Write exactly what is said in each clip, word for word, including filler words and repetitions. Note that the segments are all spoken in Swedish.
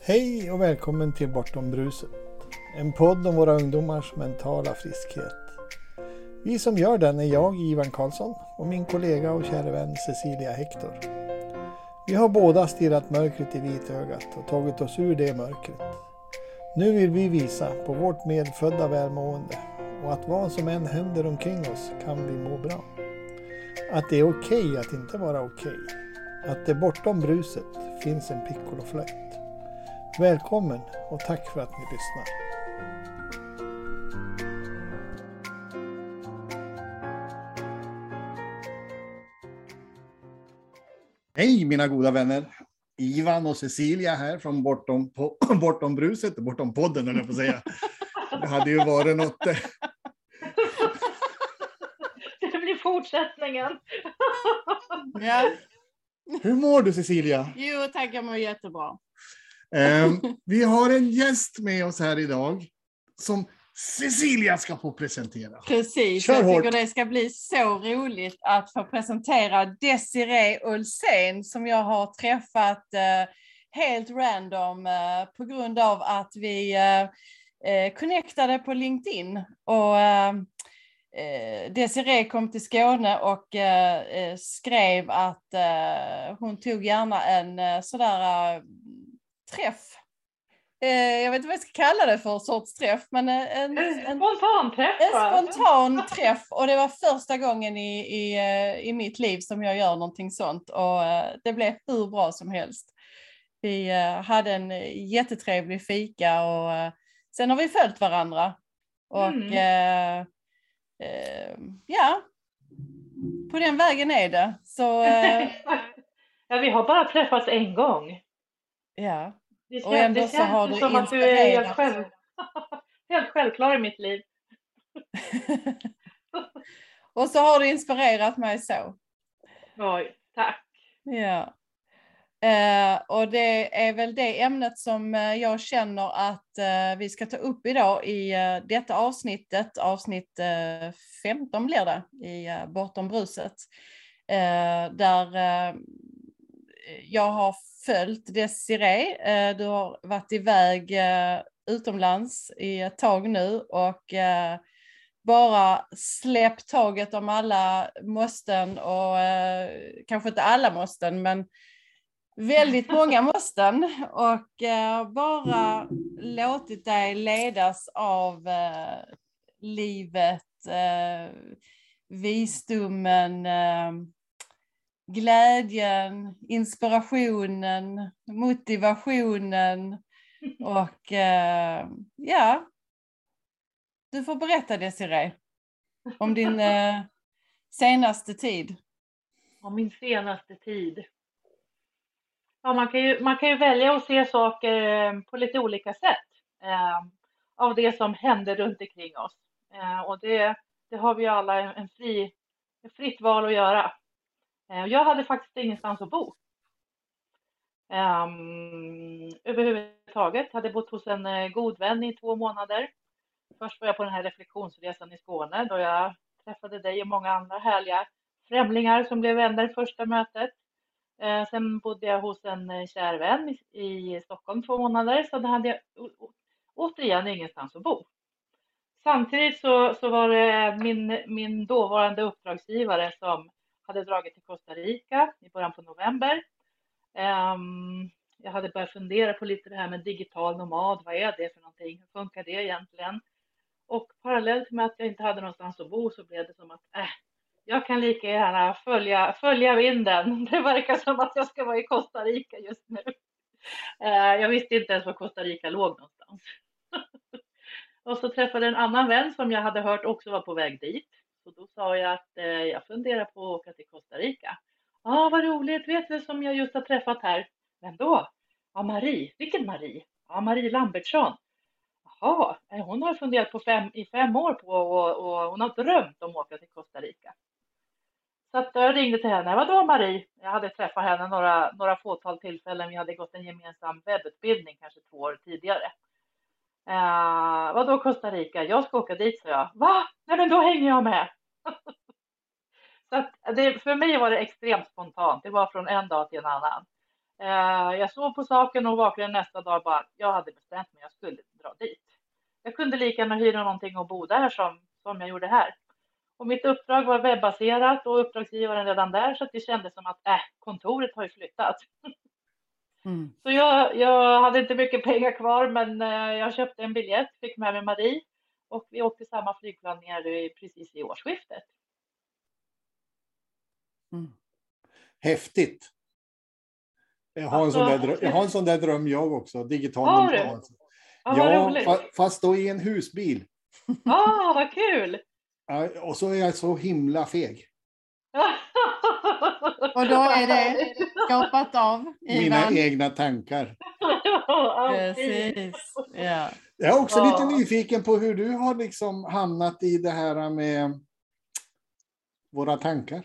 Hej och välkommen till Bortom bruset. En podd om våra ungdomars mentala friskhet. Vi som gör den är jag, Ivan Karlsson, och min kollega och kära vän Cecilia Hector. Vi har båda stirrat mörkret i vitögat och tagit oss ur det mörkret. Nu vill vi visa på vårt medfödda välmående och att vad som än händer omkring oss kan vi må bra. Att det är okej att inte vara okej. Att det bortom bruset finns en piccoloflöjt. Välkommen och tack för att ni lyssnar. Hej mina goda vänner. Ivan och Cecilia här från Bortom, på, bortom bruset och Bortom podden, eller jag får säga. Det hade ju varit något. Det blir fortsättningen. Ja. Hur mår du, Cecilia? Jo, tack, jag mår jättebra. Um, vi har en gäst med oss här idag som Cecilia ska få presentera. Precis, Kör jag hårt. tycker det ska bli så roligt att få presentera Desiree Olsén som jag har träffat eh, helt random eh, på grund av att vi eh, connectade på LinkedIn. Och eh, Desiree kom till Skåne och eh, skrev att eh, hon tog gärna en eh, sådär eh, träff. Eh, jag vet inte vad jag ska kalla det för sorts träff, men en, en spontan träff. En spontan träff, och det var första gången i, i, i mitt liv som jag gör någonting sånt, och det blev hur bra som helst. Vi hade en jättetrevlig fika och sen har vi följt varandra och mm. eh, eh, ja, på den vägen är det. Så, eh, ja, vi har bara träffats en gång. Ja. Det känns, och ändå det så känns har du som att du är helt, inspirerat. själv, helt självklar i mitt liv. Och så har du inspirerat mig så. Oj, tack. Ja. Eh, och det är väl det ämnet som eh, jag känner att eh, vi ska ta upp idag i eh, detta avsnittet. Avsnitt eh, femton blir det i eh, Bortom bruset. Eh, där eh, jag har följt Desiree. Eh, du har varit iväg eh, utomlands i ett tag nu och eh, bara släppt taget om alla måsten och eh, kanske inte alla måsten, men väldigt många måsten, och eh, bara låtit dig ledas av eh, livet, eh, visdomen, eh, glädjen, inspirationen, motivationen och eh, ja, du får berätta, Desiree, om din eh, senaste tid. Om min senaste tid. Ja, man kan ju, man kan ju välja att se saker på lite olika sätt eh, av det som händer runt omkring oss. Eh, och det, det har vi alla en, en fri, ett fritt val att göra. Eh, jag hade faktiskt ingenstans att bo. Eh, överhuvudtaget. Jag hade bott hos en eh, god vän i två månader. Först var jag på den här reflektionsresan i Skåne då jag träffade dig och många andra härliga främlingar som blev vänner första mötet. Eh, sen bodde jag hos en kär vän i, i Stockholm två månader, så då hade jag å, återigen ingenstans att bo. Samtidigt så, så var det min, min dåvarande uppdragsgivare som hade dragit till Costa Rica i början på november. Eh, jag hade börjat fundera på lite det här med digital nomad, vad är det för någonting, hur funkar det egentligen? Och parallellt med att jag inte hade någonstans att bo så blev det som att äh, jag kan lika gärna följa, följa vinden. Det verkar som att jag ska vara i Costa Rica just nu. Eh, jag visste inte ens var Costa Rica låg någonstans. Och så träffade en annan vän som jag hade hört också var på väg dit. Så då sa jag att eh, jag funderar på att åka till Costa Rica. Ja, ah, vad roligt. Vet du som jag just har träffat här? Men då? Ja, Marie. Vilken Marie? Ja, Marie Lambertsson. Jaha, hon har funderat på fem, i fem år på och, och hon har drömt om att åka till Costa Rica. Så att jag ringde till henne. Vadå Marie? Jag hade träffat henne några, några fåtal tillfällen. Vi hade gått en gemensam webbutbildning kanske två år tidigare. Eh, vadå Costa Rica? Jag ska åka dit, så jag. Va? Nej, men då hänger jag med. Så att det, för mig var det extremt spontant. Det var från en dag till en annan. Eh, jag sov på saken och vaknade nästa dag bara, jag hade bestämt mig, jag skulle dra dit. Jag kunde lika gärna hyra någonting och bo där som, som jag gjorde här. Och mitt uppdrag var webbaserat och uppdragsgivaren redan där, så att det kändes som att äh, kontoret har ju flyttat. Mm. Så jag, jag hade inte mycket pengar kvar, men eh, jag köpte en biljett, fick med mig Marie och vi åkte samma flygplan ner i- precis i årsskiftet. Mm. Häftigt. Jag har, en Alltså, sån där dröm, jag har en sån där dröm jag också. Digital Har du? nomad. Alltså. Ja, vad Ja, roligt. fa- fast då i en husbil. Ah, vad kul! Ja, och så är jag så himla feg. Och då är Vad det härligt. skapat av Mina Ivan. egna tankar. Ja, fint. Precis. Ja. Jag är också Ja. lite nyfiken på hur du har liksom hamnat i det här med våra tankar.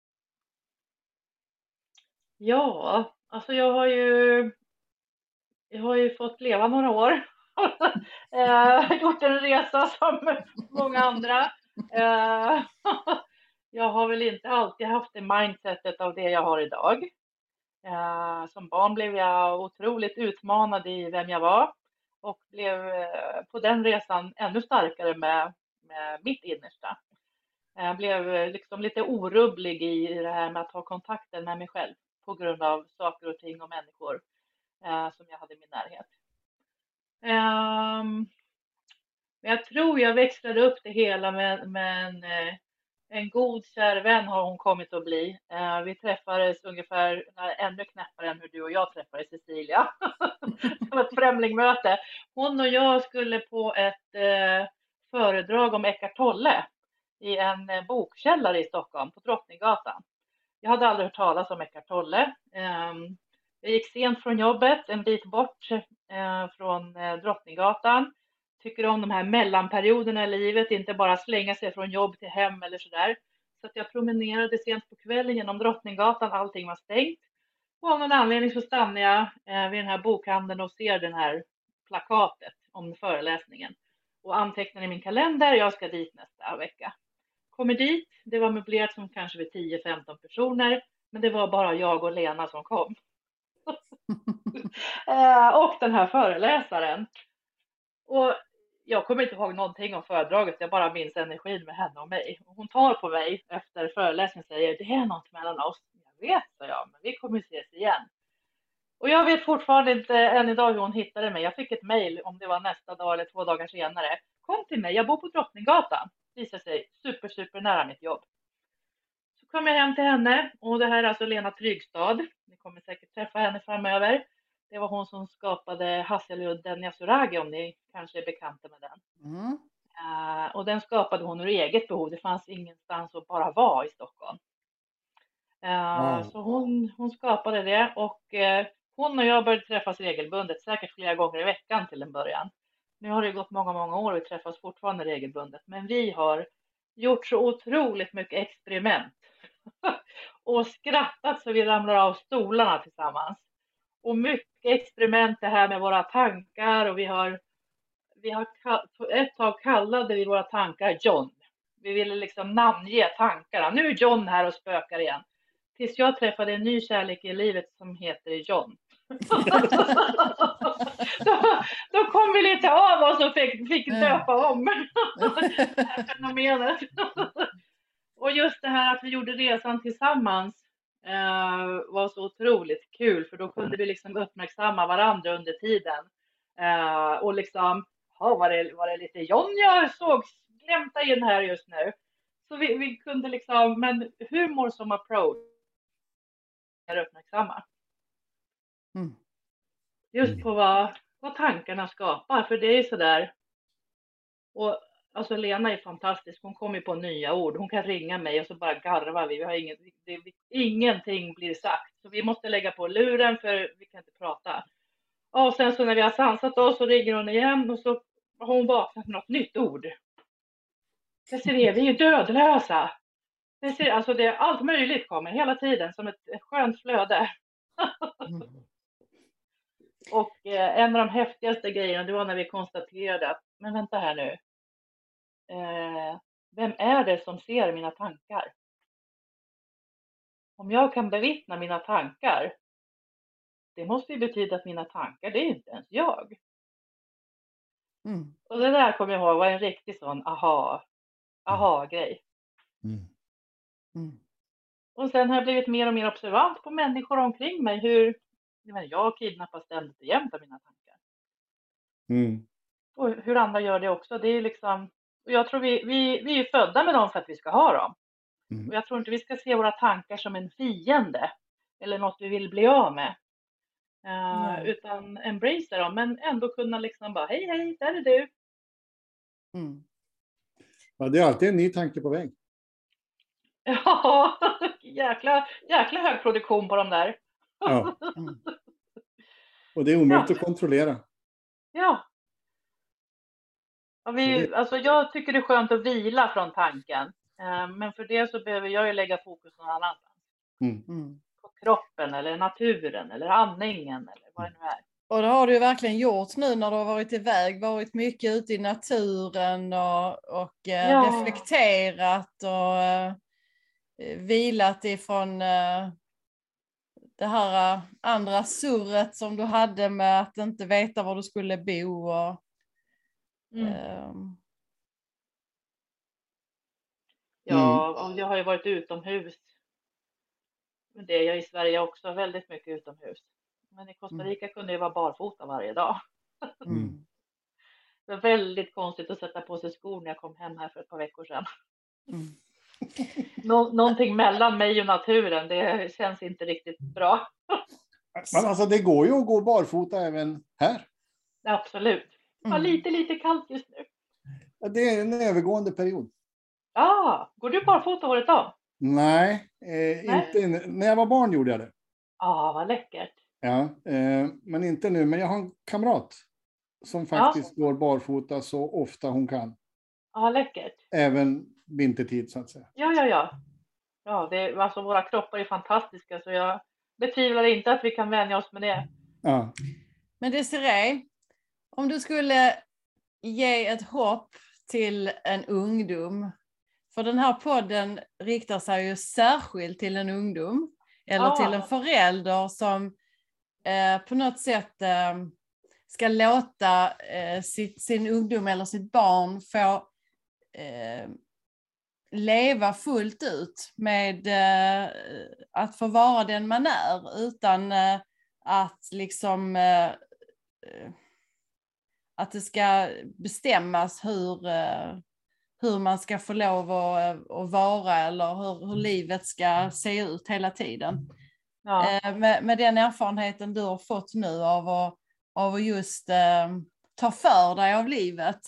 Ja, alltså jag har ju, jag har ju fått leva några år. Eh, gjort en resa som många andra. Eh, jag har väl inte alltid haft det mindsetet av det jag har idag. Eh, som barn blev jag otroligt utmanad i vem jag var och blev eh, på den resan ännu starkare med, med mitt innersta. Jag blev eh, liksom lite orubblig i det här med att ha kontakten med mig själv på grund av saker och ting och människor eh, som jag hade i min närhet. Ehm, men jag tror jag växlade upp det hela med, med en, eh, en god kär vän har hon kommit att bli. Eh, vi träffades ungefär nej, ännu knäppare än hur du och jag träffades, Cecilia. Det var ett främlingmöte. Hon och jag skulle på ett eh, föredrag om Eckart Tolle i en eh, bokkällare i Stockholm på Drottninggatan. Jag hade aldrig hört talas om Eckart Tolle. Ehm, Jag gick sent från jobbet, en bit bort eh, från eh, Drottninggatan. Tycker om de här mellanperioderna i livet, inte bara slänga sig från jobb till hem eller sådär. Så att jag promenerade sent på kvällen genom Drottninggatan, allting var stängt. Och av någon anledning så stannar jag eh, vid den här bokhandeln och ser den här plakatet om föreläsningen. Och antecknar i min kalender, jag ska dit nästa vecka. Kommer dit, det var möblerat som kanske vid tio femton personer, men det var bara jag och Lena som kom. Eh, och den här föreläsaren. Och jag kommer inte ihåg någonting om föredraget, jag bara minns energin med henne och mig. Och hon tar på mig efter föreläsningen och säger, det är något mellan oss. Jag vet, sa jag, men vi kommer ses igen. Och jag vet fortfarande inte än idag hur hon hittade mig. Jag fick ett mejl, om det var nästa dag eller två dagar senare. Kom till mig, jag bor på Drottninggatan. Visar sig super, super nära mitt jobb. Så kom jag hem till henne och det här är alltså Lena Trygstad. Ni kommer säkert träffa henne framöver. Det var hon som skapade Hasseludden Yasuragi, om ni kanske är bekanta med den. Mm. Uh, och den skapade hon ur eget behov. Det fanns ingenstans att bara vara i Stockholm. Uh, Wow. Så hon, hon skapade det och uh, hon och jag började träffas regelbundet, säkert flera gånger i veckan till en början. Nu har det gått många, många år och vi träffas fortfarande regelbundet. Men vi har gjort så otroligt mycket experiment. Och skrattat så vi ramlar av stolarna tillsammans. Och mycket experiment det här med våra tankar och vi har, vi har ett tag kallade vi våra tankar John. Vi ville liksom namnge tankarna. Nu är John här och spökar igen. Tills jag träffade en ny kärlek i livet som heter John. då, då kom vi lite av oss och fick, fick döpa om det här fenomenet. Och just det här att vi gjorde resan tillsammans eh, var så otroligt kul, för då kunde vi liksom uppmärksamma varandra under tiden. Eh, och liksom, ja, var det, var det lite John jag såg glämta in här just nu? Så vi, vi kunde liksom, men humor som approach är uppmärksamma. Mm. Just på vad, vad tankarna skapar, för det är sådär. Och alltså Lena är fantastisk, hon kommer på nya ord. Hon kan ringa mig och så bara garvar vi. vi har ingen, det, ingenting blir sagt. Så vi måste lägga på luren för vi kan inte prata. Och sen så när vi har sansat oss så ringer hon igen och så har hon vaknat med något nytt ord. Jag ser det, vi är ju dödlösa. Det ser, alltså det, allt möjligt kommer hela tiden som ett, ett skönt flöde. Mm. Och eh, en av de häftigaste grejerna det var när vi konstaterade att, men vänta här nu. Eh, vem är det som ser mina tankar? Om jag kan bevittna mina tankar, det måste ju betyda att mina tankar, det är inte ens jag. Mm. Och det där kommer jag ihåg var en riktig sån aha, aha-grej. Mm. Mm. Och sen har jag blivit mer och mer observant på människor omkring mig. Hur jag, menar, jag kidnappar ständigt och jämt av mina tankar. Mm. Och hur andra gör det också. Det är liksom, och jag tror vi, vi, vi är födda med dem för att vi ska ha dem. Mm. Och jag tror inte vi ska se våra tankar som en fiende. Eller något vi vill bli av med. Uh, Nej. utan embrace dem. Men ändå kunna liksom bara, hej hej, där är du. Mm. Ja, det är alltid en ny tanke på väg. Ja, jäkla, jäkla hög produktion på de där. Ja. Mm. Och det är omöjligt Ja. att kontrollera. Ja. Ja, vi, Så det- alltså jag tycker det är skönt att vila från tanken. Eh, Men för det så behöver jag ju lägga fokus någon annanstans. Mm. Mm. På kroppen eller naturen eller andningen eller vad det nu är. Och det har du ju verkligen gjort nu när du har varit iväg, varit mycket ute i naturen och, och eh, Ja. reflekterat och eh, vilat ifrån eh, det här eh, andra surret som du hade med att inte veta var du skulle bo. Och, Mm. ehm, Ja, och jag har ju varit utomhus. Men det är jag i Sverige också, väldigt mycket utomhus. Men i Costa Rica kunde jag vara barfota varje dag. mm. Det var väldigt konstigt att sätta på sig skor när jag kom hem här för ett par veckor sedan. Mm. Nå- någonting mellan mig och naturen, det känns inte riktigt bra. Men alltså det går ju att gå barfota även här. Absolut. Ja, Mm. lite, lite kallt just nu. Det är en övergående period. Ja, går du barfota året om? Nej, eh, Nej. inte när jag var barn gjorde jag det. Ja, vad läckert. Ja, eh, men inte nu. Men jag har en kamrat som faktiskt går barfota så ofta hon kan. Ja, läckert. Även vintertid så att säga. Ja, ja, ja. Ja, det, alltså våra kroppar är fantastiska så jag betvivlar inte att vi kan vänja oss med det. Ja. Men Desiree, om du skulle ge ett hopp till en ungdom, för den här podden riktar sig ju särskilt till en ungdom eller Ja. till en förälder som eh, på något sätt eh, ska låta eh, sitt, sin ungdom eller sitt barn få eh, leva fullt ut med eh, att få vara den man är utan eh, att liksom eh, eh, att det ska bestämmas hur, eh, hur man ska få lov att, att vara eller hur, hur livet ska se ut hela tiden. Ja. Eh, med, med den erfarenheten du har fått nu av att, av att just eh, ta för dig av livet.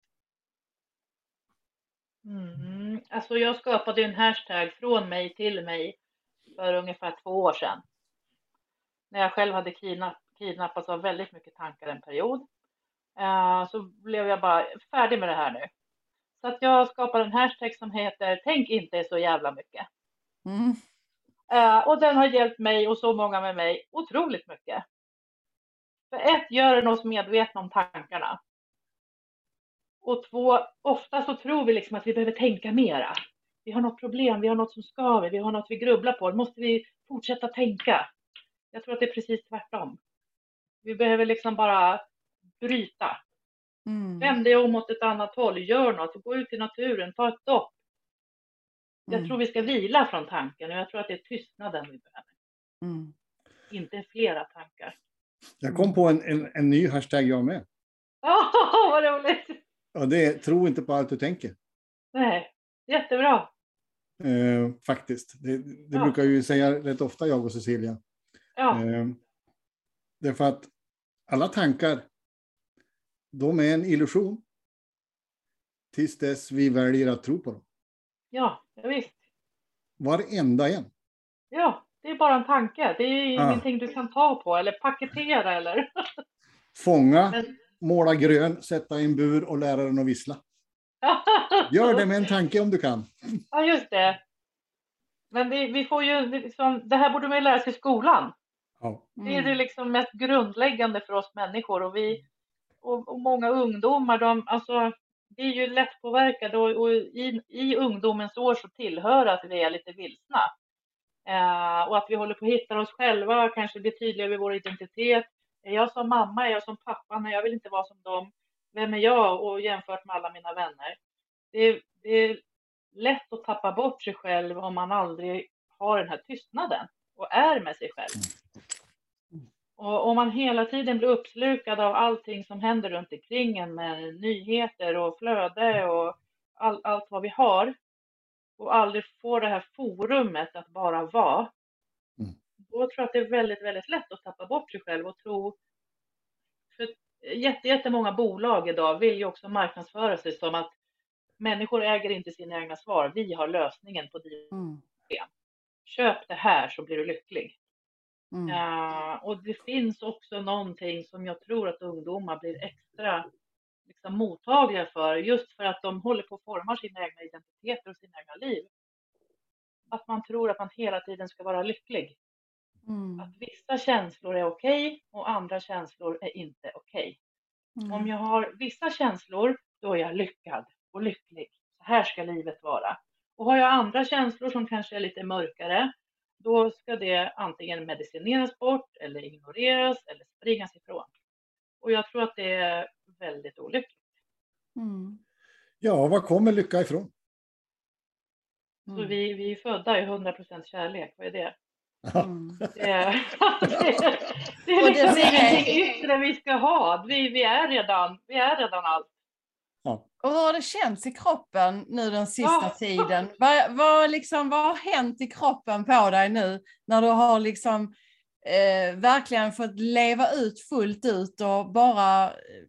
Mm. Alltså jag skapade en hashtag från mig till mig för ungefär två år sedan. När jag själv hade kidnapp, kidnappats av väldigt mycket tankar en period. Uh, så blev jag bara färdig med det här nu. Så att jag skapade en hashtag som heter Tänk inte så jävla mycket. Mm. Uh, och den har hjälpt mig och så många med mig otroligt mycket. För ett, gör den oss medvetna om tankarna. Och två, ofta så tror vi liksom att vi behöver tänka mera. Vi har något problem, vi har något som skaver, vi har något vi grubblar på. Då måste vi fortsätta tänka. Jag tror att det är precis tvärtom. Vi behöver liksom bara bryta. Mm. Vänd dig om åt ett annat håll, gör något, gå ut i naturen, ta ett dopp. Jag Mm. tror vi ska vila från tanken och jag tror att det är tystnaden vi behöver. Mm. Inte flera tankar. Jag kom på en, en, en ny hashtag jag med. Ja, vad roligt! Och det är tro inte på allt du tänker. Nej, jättebra. Eh, faktiskt. Det, det Ja. brukar ju säga rätt ofta jag och Cecilia. Ja, Eh, därför att alla tankar, de är en illusion. Tills dess vi väljer att tro på dem. ja, ja visst. Varenda en. Ja, det är bara en tanke. Det är Ja. ingenting du kan ta på eller paketera eller. Fånga, Men... måla grön, sätta i en bur och lära den att vissla. Gör det med en tanke om du kan. Ja, just det. Men det, vi får ju, liksom, det här borde man ju lära sig i skolan. Ja. Det är det liksom mest grundläggande för oss människor. Och, vi, och, och många ungdomar, de, alltså, det är ju lättpåverkade. Och, och i, i ungdomens år så tillhör att vi är lite vilsna. Eh, och att vi håller på att hitta oss själva, kanske blir tydliga med vår identitet. Är jag som mamma? Är jag som pappa? Nej, jag vill inte vara som dem. Vem är jag? Och jämfört med alla mina vänner. Det är, det är lätt att tappa bort sig själv om man aldrig har den här tystnaden och är med sig själv. Och om man hela tiden blir uppslukad av allting som händer runt omkring en med nyheter och flöde och all, allt vad vi har och aldrig får det här forumet att bara vara, Mm. då tror jag att det är väldigt, väldigt lätt att tappa bort sig själv och tro. För jätte, jättemånga bolag idag vill ju också marknadsföra sig som att människor äger inte sina egna svar. Vi har lösningen på dina Mm. problem. Köp det här så blir du lycklig. Mm. Uh, och det finns också någonting som jag tror att ungdomar blir extra liksom, mottagliga för. Just för att de håller på att forma sina egna identiteter och sina egna liv. Att man tror att man hela tiden ska vara lycklig. Mm. Att vissa känslor är okej och andra känslor är inte okej. Mm. Om jag har vissa känslor, då är jag lyckad och lycklig. Så här ska livet vara. Och har jag andra känslor som kanske är lite mörkare, då ska det antingen medicineras bort eller ignoreras eller springas ifrån. Och jag tror att det är väldigt olyckligt. Mm. Ja, var kommer lycka ifrån? Mm. Så vi, vi är födda i hundra procent kärlek, vad är det? Mm. Det är, det är, det är Och liksom det är- ingenting yttre vi ska ha. Vi, vi, är redan, vi är redan allt. Ja. Och hur har det känts i kroppen nu den sista Ja. tiden? Vad, vad, liksom, vad har hänt i kroppen på dig nu när du har liksom, eh, verkligen fått leva ut fullt ut och bara eh,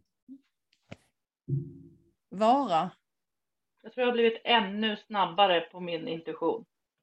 vara? Jag tror jag har blivit ännu snabbare på min intuition.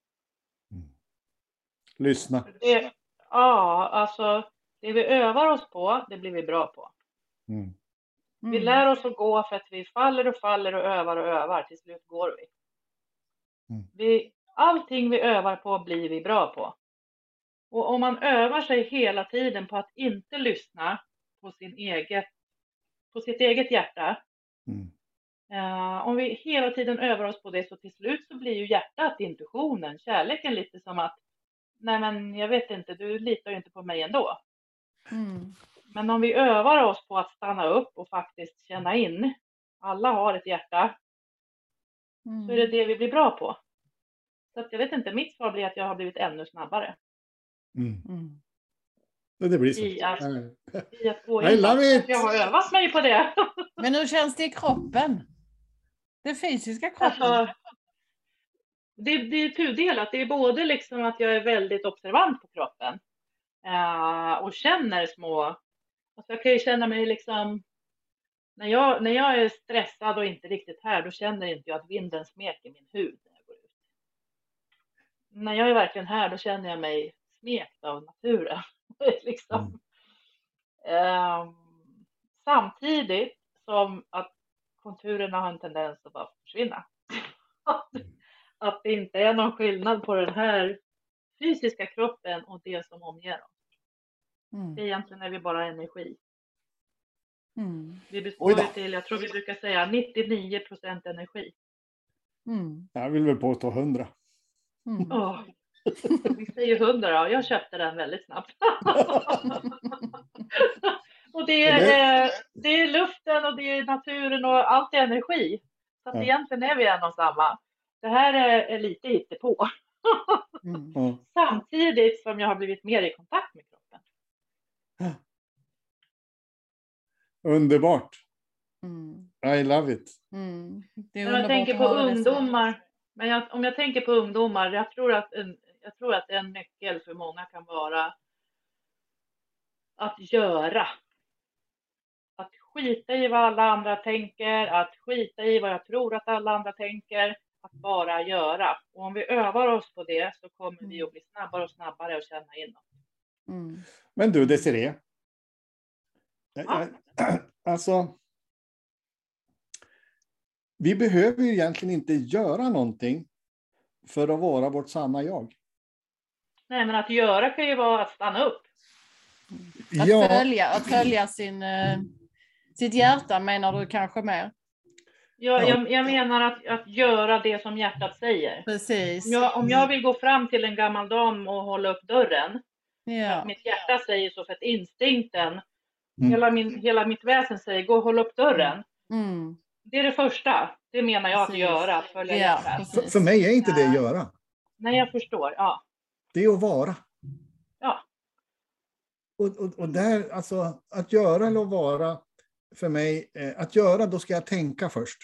Lyssna. Det, ja, alltså det vi övar oss på, det blir vi bra på. Mm. Vi lär oss att gå för att vi faller och faller och övar och övar. Till slut går vi. Mm. vi allting vi övar på blir vi bra på. Och om man övar sig hela tiden på att inte lyssna på, sin eget, på sitt eget hjärta. Mm. Uh, om vi hela tiden övar oss på det, så till slut så blir ju hjärtat, intuitionen, kärleken lite som att nej men jag vet inte, du litar ju inte på mig ändå. Mm. Men om vi övar oss på att stanna upp och faktiskt känna in, alla har ett hjärta, Mm. så är det det vi blir bra på. Så att jag vet inte, mitt svar blir att jag har blivit ännu snabbare Mm. Mm. Det blir så. i att, Ja. i att gå I in. love it! Jag har övat mig på det. Men hur känns det i kroppen? Den fysiska kroppen? Alltså, det, det är tudelat. Det är både liksom att jag är väldigt observant på kroppen eh, och känner små. Alltså jag kan ju känna mig liksom, när jag, när jag är stressad och inte riktigt här, då känner inte jag att vinden smeker min hud när jag går ut. När jag är verkligen här, då känner jag mig smekt av naturen. liksom. eh, samtidigt som att konturerna har en tendens att bara försvinna. Att det inte är någon skillnad på den här fysiska kroppen och det som omger oss. Mm. Egentligen är vi bara energi. Mm. Vi Oj består då. ju till, jag tror vi brukar säga nittionio procent energi. Mm. Jag vill väl påstå hundra. Mm. Åh, vi säger hundra då. Jag köpte den väldigt snabbt. Och det är, det är luften och det är naturen och allt är energi. Så att Ja. egentligen är vi en och samma. Det här är, är lite hittepå. Mm. Ja. Samtidigt som jag har blivit mer i kontakt med kroppen. Underbart. Mm. I love it. Mm. Det är När jag underbart tänker att på höra det så. ungdomar. Men jag, om jag tänker på ungdomar. Jag tror, att en, jag tror att en nyckel för många kan vara att göra. Att skita i vad alla andra tänker. Att skita i vad jag tror att alla andra tänker. Att bara göra. Och om vi övar oss på det, så kommer vi att bli snabbare och snabbare och känna in oss. Mm. Men du Desiree. Jag, Ja. jag, alltså. Vi behöver ju egentligen inte göra någonting för att vara vårt sanna jag. Nej, men att göra kan ju vara att stanna upp. Att, Ja, följa, att följa sin, eh, sitt hjärta, menar du kanske mer? Jag, Ja. jag, jag menar att, att göra det som hjärtat säger. Precis. Om jag, om jag vill gå fram till en gammal dam och hålla upp dörren, för Ja. att mitt hjärta säger så, för att instinkten, Mm. hela, min, hela mitt väsen säger gå och hålla upp dörren. Mm. Det är det första. Det menar jag att Precis. göra, att följa Ja, hjärtat. precis. För, för mig är inte det att göra. Nej, jag förstår. Ja. Det är att vara. Ja. Och, och, och där, alltså, att göra eller att vara, för mig, eh, att göra, då ska jag tänka först.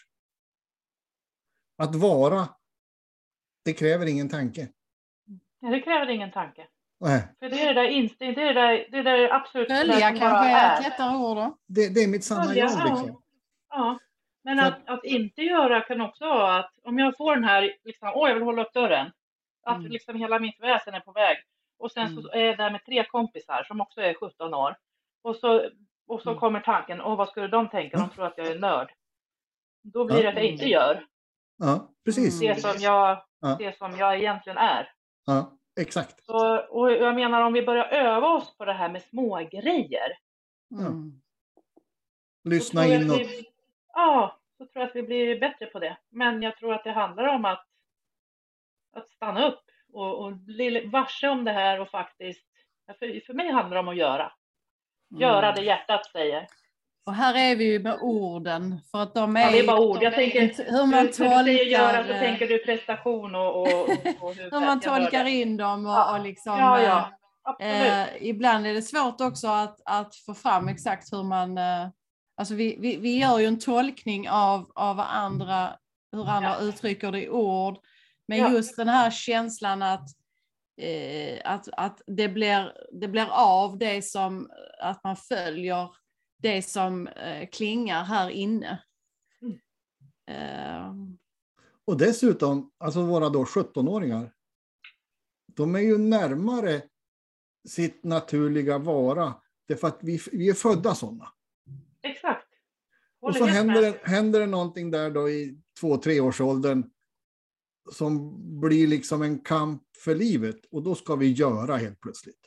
Att vara, det kräver ingen tanke. Nej, det kräver ingen tanke. Nej, För det är det där instinkt, det är det där, det är det där absolut det där Följa som kanske bara är ett är. lättare ord då. det, det är mitt sanna Följa, jag. ja. Liksom. Ja, men För att, att inte göra kan också vara att om jag får den här, liksom, åh jag vill hålla upp dörren. Att Mm. liksom hela mitt väsen är på väg. Och sen så är jag där med tre kompisar som också är sjutton år. Och så, och så Mm. kommer tanken, åh vad skulle de tänka? De tror att jag är nörd. Då blir Ja. det att jag inte gör Ja, precis. Mm. det som jag, Ja. det som jag egentligen är. Ja, exakt. Så, och jag menar om vi börjar öva oss på det här med små grejer. Mm. Lyssna så tror jag inåt. att vi, ja, så tror jag att vi blir bättre på det. Men jag tror att det handlar om att, att stanna upp och, och bli varse om det här och faktiskt, för, för mig handlar det om att göra. Göra det hjärtat säger. Och här är vi ju med orden, för att de är, Ja, det är bara ord. Jag tänker, hur man när du säger göra så tolkar, tänker du prestation och, och, och hur, hur man tolkar in dem och, Ja. och liksom, Ja, ja. Absolut. eh, ibland är det svårt också att, att få fram exakt hur man, eh, alltså vi, vi, vi gör ju en tolkning av, av vad andra, hur andra Ja. uttrycker det i ord, men Ja. just den här känslan att eh, att, att det, blir, det blir av det som, att man följer det som eh, klingar här inne. Mm. Eh, Och dessutom, alltså våra då sjuttonåringar, de är ju närmare sitt naturliga vara. Därför att vi, vi är födda sådana. Exakt. Och Håller så helt händer med. det, händer det någonting där då i två, tre års åldern som blir liksom en kamp för livet. Och då ska vi göra helt plötsligt.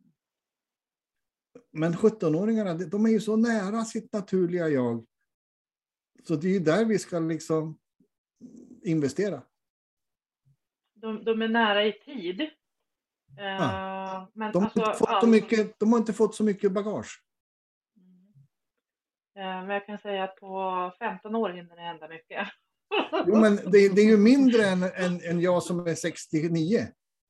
Men sjuttonåringarna, de är ju så nära sitt naturliga jag. Så det är ju där vi ska liksom investera. De, de är nära i tid. Eh, Ja. men De har, alltså, inte fått så allt- mycket, de har inte fått så mycket bagage. Eh, men jag kan säga att på femton år hinner det hända mycket. Jo, men det, det är ju mindre än, än, än jag som är sextionio.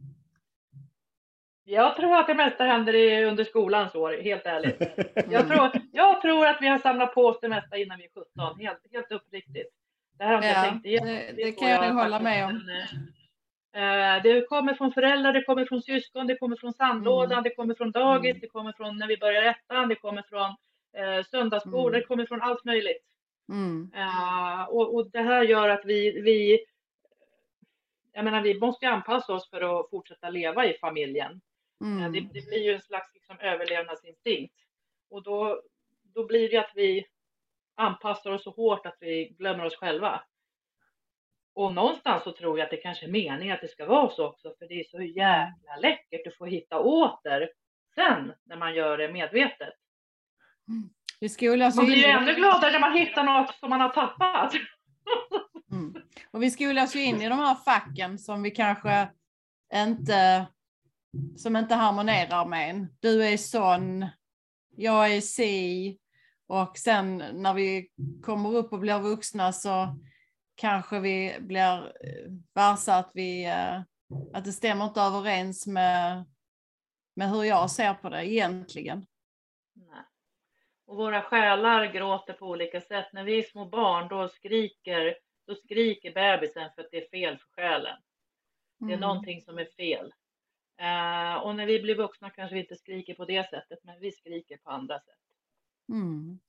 Jag tror att det mesta händer i, under skolans år, helt ärligt. Jag tror, jag tror att vi har samlat på oss det mesta innan vi är sjutton, helt, helt uppriktigt. Det här har inte jag Ja, tänkt igenom. det- det får kan jag hålla faktiskt med om. en, eh, det kommer från föräldrar, det kommer från syskon, det kommer från sandlådan, Mm. det kommer från dagis, Mm. det kommer från när vi börjar ettan, det kommer från eh, söndagsskolan, Mm. det kommer från allt möjligt. Mm. Eh, och, och det här gör att vi, vi, jag menar, vi måste ju anpassa oss för att fortsätta leva i familjen. Eh, Mm. Det, det blir ju en slags liksom, överlevnadsinstinkt. Och då, då blir det att vi anpassar oss så hårt att vi glömmer oss själva. Och någonstans så tror jag att det kanske är meningen att det ska vara så också. För det är så jäkla läckert att få hitta åter sen när man gör det medvetet. Vi skolas Man ju blir ju in i- ännu gladare när man hittar något som man har tappat. Mm. Och vi skolas ju in i de här facken som vi kanske inte, som inte harmonerar med en. Du är sån, jag är si, och sen när vi kommer upp och blir vuxna så kanske vi blir eh, varse att vi eh, att det stämmer inte överens med, med hur jag ser på det egentligen. Nej. Och våra själar gråter på olika sätt. När vi är små barn då skriker, då skriker bebisen för att det är fel för själen. Det är Mm. någonting som är fel. Eh, och när vi blir vuxna kanske vi inte skriker på det sättet, men vi skriker på andra sätt. Mm.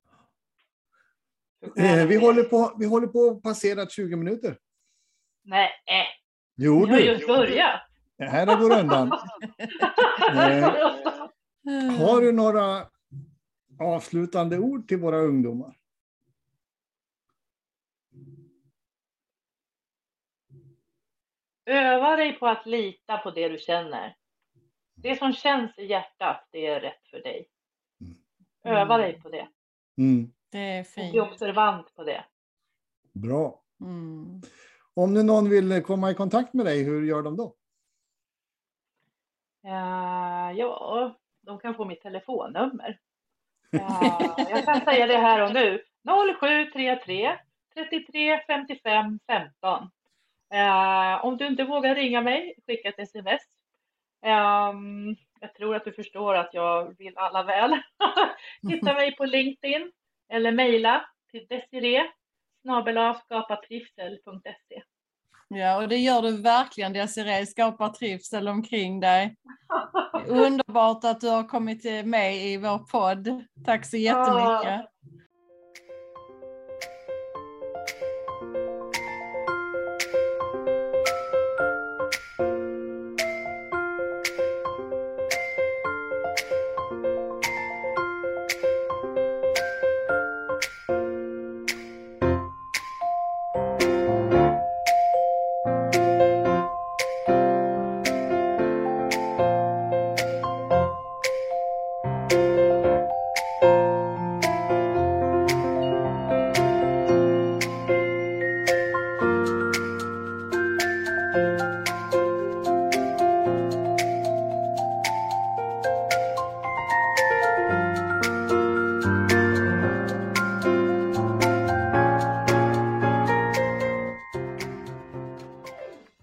För själen Eh, vi, är- håller på, vi håller på att passera tjugo minuter. Nej, äh, Jo, vi har du. just börjat. Det här är vår undan. Har du några avslutande ord till våra ungdomar? Öva dig på att lita på det du känner. Det som känns i hjärtat, det är rätt för dig. Öva dig på det. Mm. Det är Och bli fint. observant på det. Bra. Mm. Om nu någon vill komma i kontakt med dig, hur gör de då? Uh, ja, de kan få mitt telefonnummer. Uh, jag kan säga det här och nu. noll sju tre tre trettiotre femtiofem femton. Uh, om du inte vågar ringa mig, skicka ett sms. Um, jag tror att du förstår att jag vill alla väl. Hitta mig på LinkedIn eller mejla till Desiree snabel-a skapatrivsel punkt se. Ja, och det gör du verkligen, Desiree, skapar trivsel omkring dig. Underbart att du har kommit med i vår podd. Tack så jättemycket.